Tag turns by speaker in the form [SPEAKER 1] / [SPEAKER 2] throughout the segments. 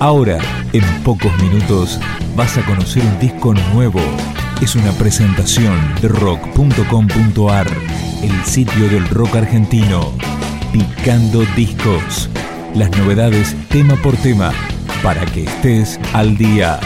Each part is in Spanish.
[SPEAKER 1] Ahora, en pocos minutos, vas a conocer un disco nuevo. Es una presentación de rock.com.ar, el sitio del rock argentino. Picando discos. Las novedades tema por tema, para que estés al día.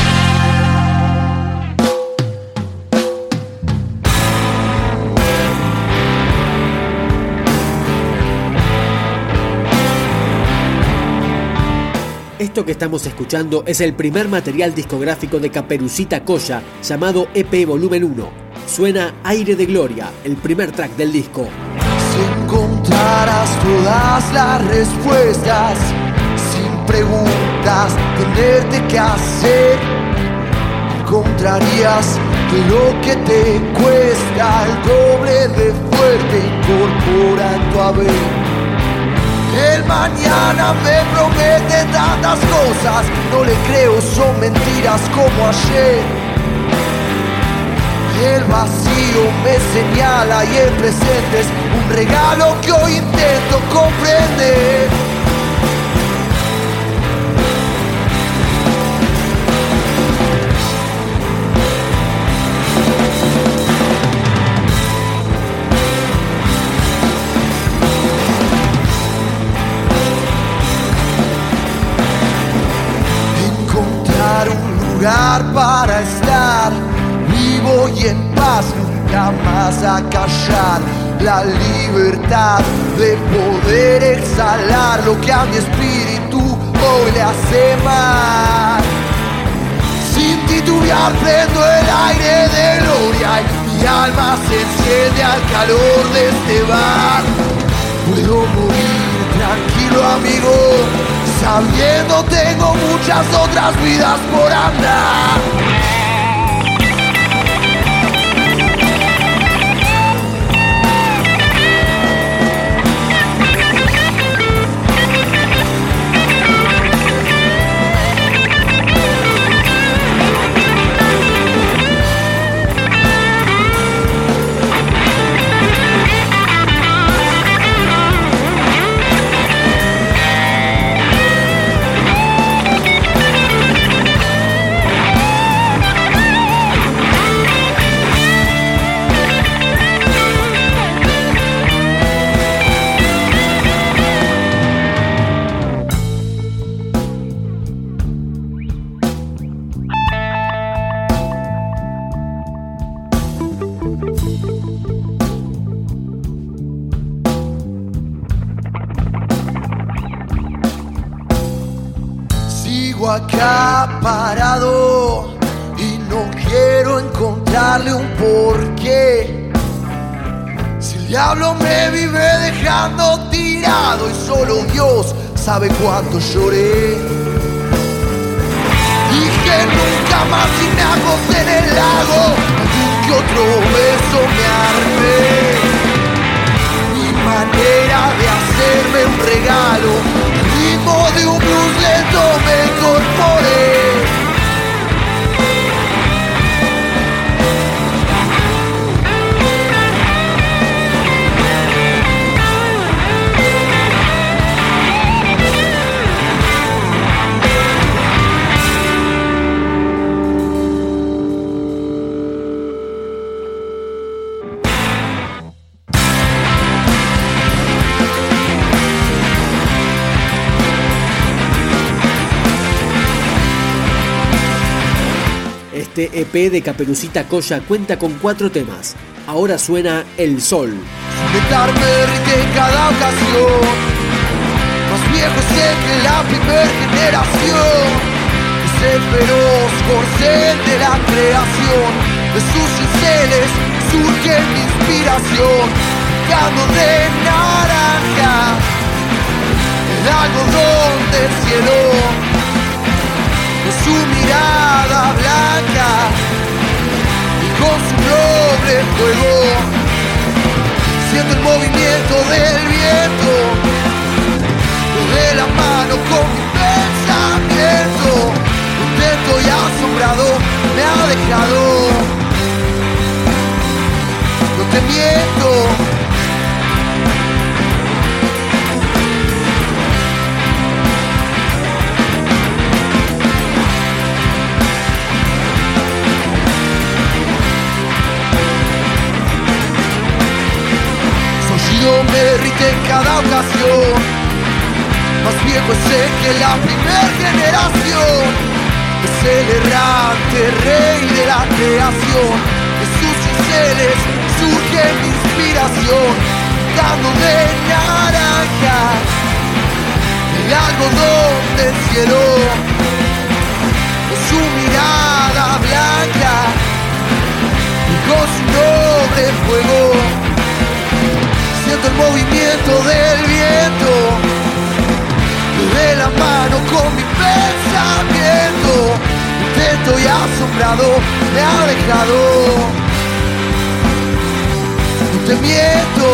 [SPEAKER 2] Esto que estamos escuchando es el primer material discográfico de Caperucita Colla, llamado EP Volumen 1. Suena Aire de Gloria, el primer track del disco.
[SPEAKER 3] Si encontraras todas las respuestas, sin preguntas, tenerte que hacer, encontrarías que lo que te cuesta el doble de fuerte incorpora en tu haber. El mañana me promete tantas cosas, no le creo, son mentiras como ayer. El vacío me señala y el presente es un regalo que hoy intento comprender. Para estar vivo y en paz, nunca más a callar. La libertad de poder exhalar lo que a mi espíritu hoy le hace mal. Sin titubear prendo el aire de gloria y mi alma se enciende al calor de este bar. Puedo morir tranquilo, amigo, sabiendo tengo muchas otras vidas por andar. Acá parado y no quiero encontrarle un porqué. Si el diablo me vive dejando tirado y solo Dios sabe cuánto lloré. Dije nunca más y me acosté en el lago, algún que otro beso me armé. Mi manera de hacerme un regalo, el ritmo de un blues lento me incorporé.
[SPEAKER 2] Este EP de Caperucita Colla cuenta con 4 temas. Ahora suena El Sol.
[SPEAKER 3] Inventarme derrite en cada ocasión, más viejo sé que la primer generación. Ese feroz corcel de la creación, de sus cinceles surge mi inspiración. Picando de naranja el algodón del cielo, con su mirada blanca y con su noble fuego. Siento el movimiento del viento, de la mano con mi pensamiento. Contento y asombrado me ha dejado. No te miento. viejo es el que la primer generación es el errante rey de la creación. De sus cinceles surge mi inspiración, dando de naranja el algodón del cielo. Con su mirada blanca y con su noble fuego, siento el movimiento del viento, de la mano con mi pensamiento. Intento y asombrado me ha dejado. No te miento.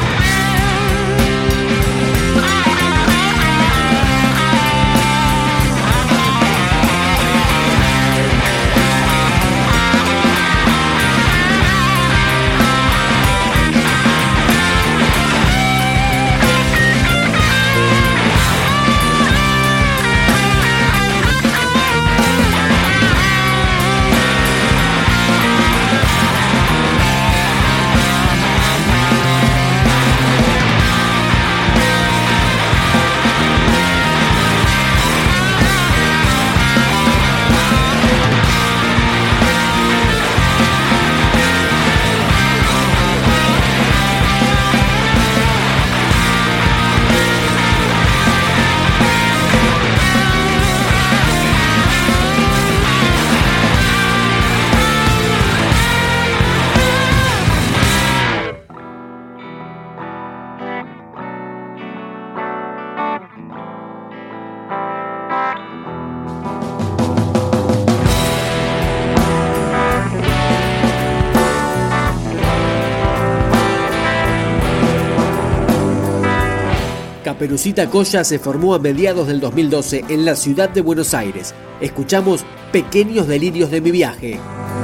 [SPEAKER 2] Caperucita Colla se formó a mediados del 2012 en la ciudad de Buenos Aires. Escuchamos Pequeños delirios de mi viaje.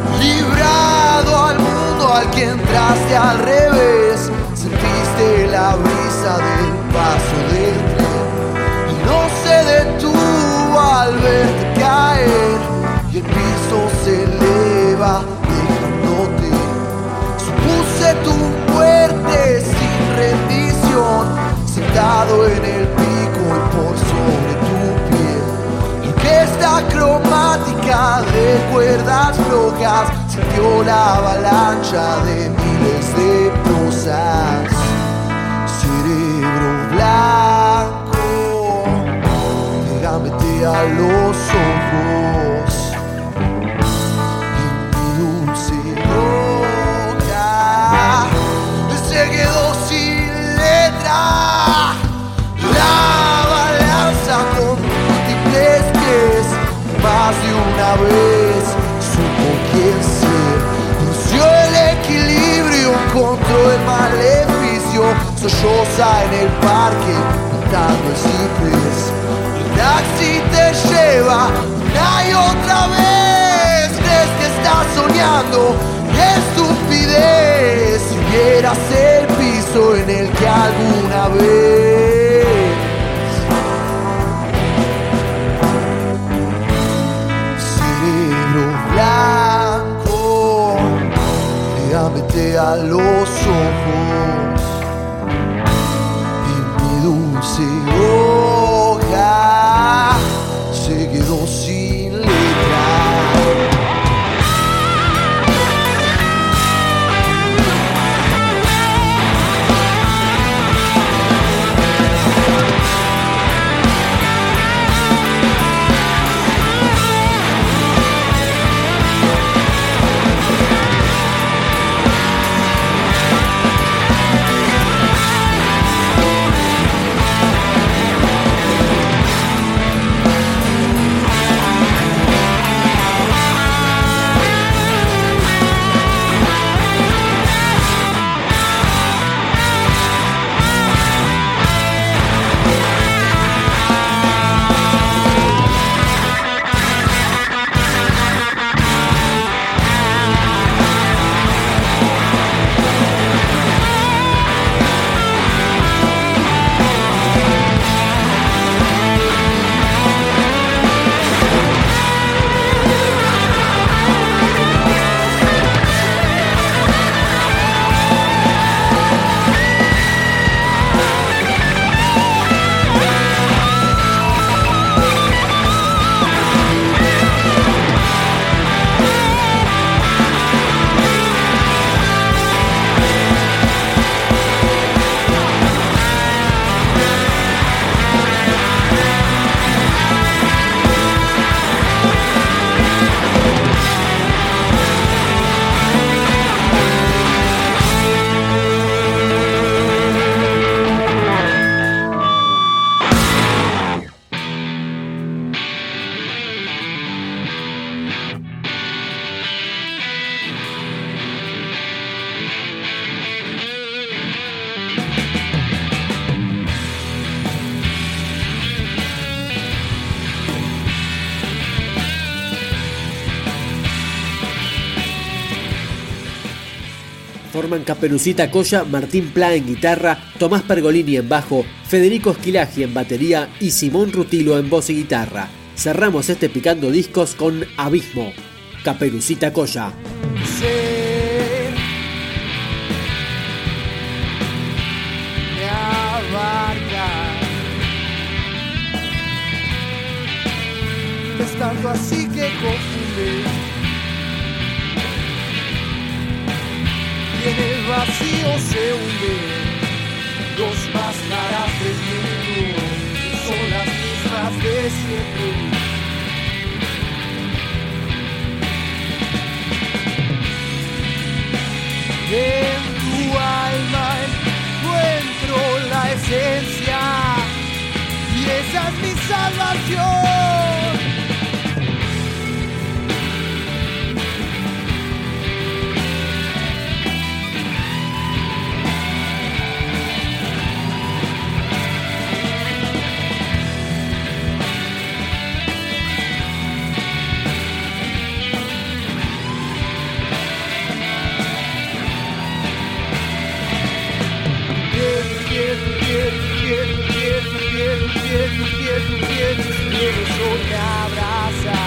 [SPEAKER 3] Librado al mundo al que entraste al revés, sentiste la brisa del paso del tren y no se detuvo al verte caer, y el piso se eleva dejándote. Supuse tu muerte sin rendición, sentado en el pico y por sobre tu piel. Orquesta cromática de cuerdas flojas, sintió la avalancha de miles de prosas. Cerebro blanco, pégamete a los ojos, y mi dulce boca se quedó sin letra. Más de una vez supo quién ser, lució el equilibrio, encontró el maleficio, solloza en el parque, pintando el ciprés. El taxi te lleva una y otra vez, crees que estás soñando, estupidez. Si vieras el piso en el que alguna vez blanco, pégamete a los ojos, y mi dulce hoja se quedó sin letra.
[SPEAKER 2] Forman Caperucita Colla, Martín Pla en guitarra, Tomás Pergolini en bajo, Federico Esquilaji en batería y Simón Rutilo en voz y guitarra. Cerramos este Picando Discos con Abismo, Caperucita Colla.
[SPEAKER 3] Es tanto así que confunde, y en el vacío se hunde. Dos máscaras del mundo son las mismas de siempre. En tu alma encuentro la esencia y esa es mi salvación. Me abraza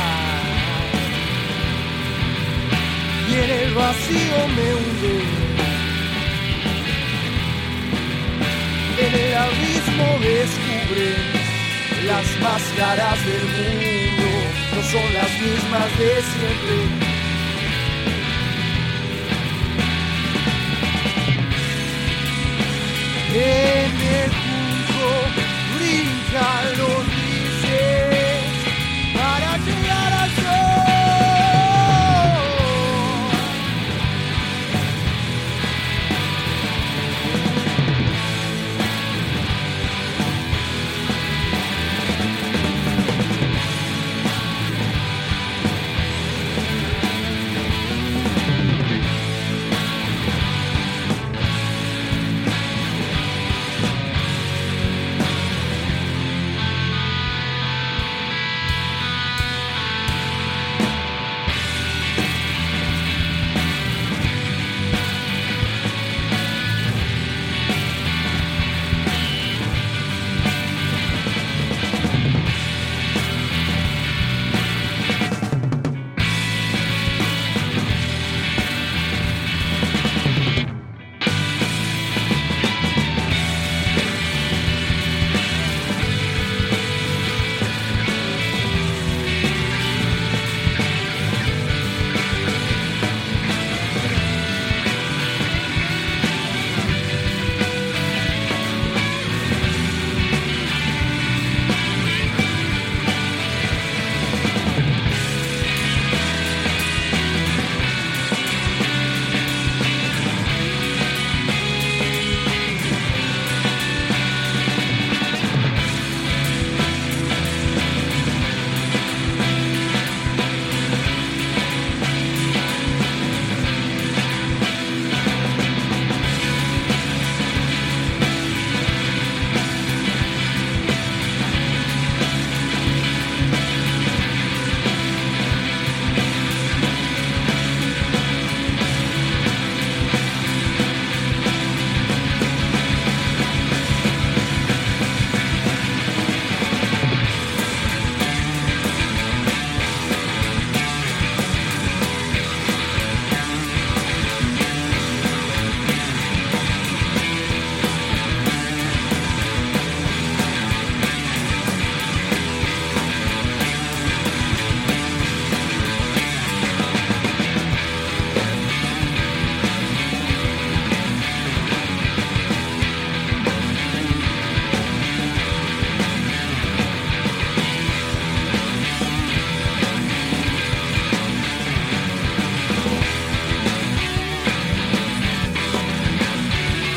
[SPEAKER 3] y en el vacío me hunde. En el abismo descubre las máscaras del mundo no son las mismas de siempre. En el junco brincan los grises para llegar al sol.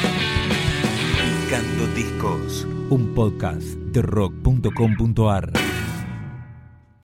[SPEAKER 1] Un podcast de rock.com.ar.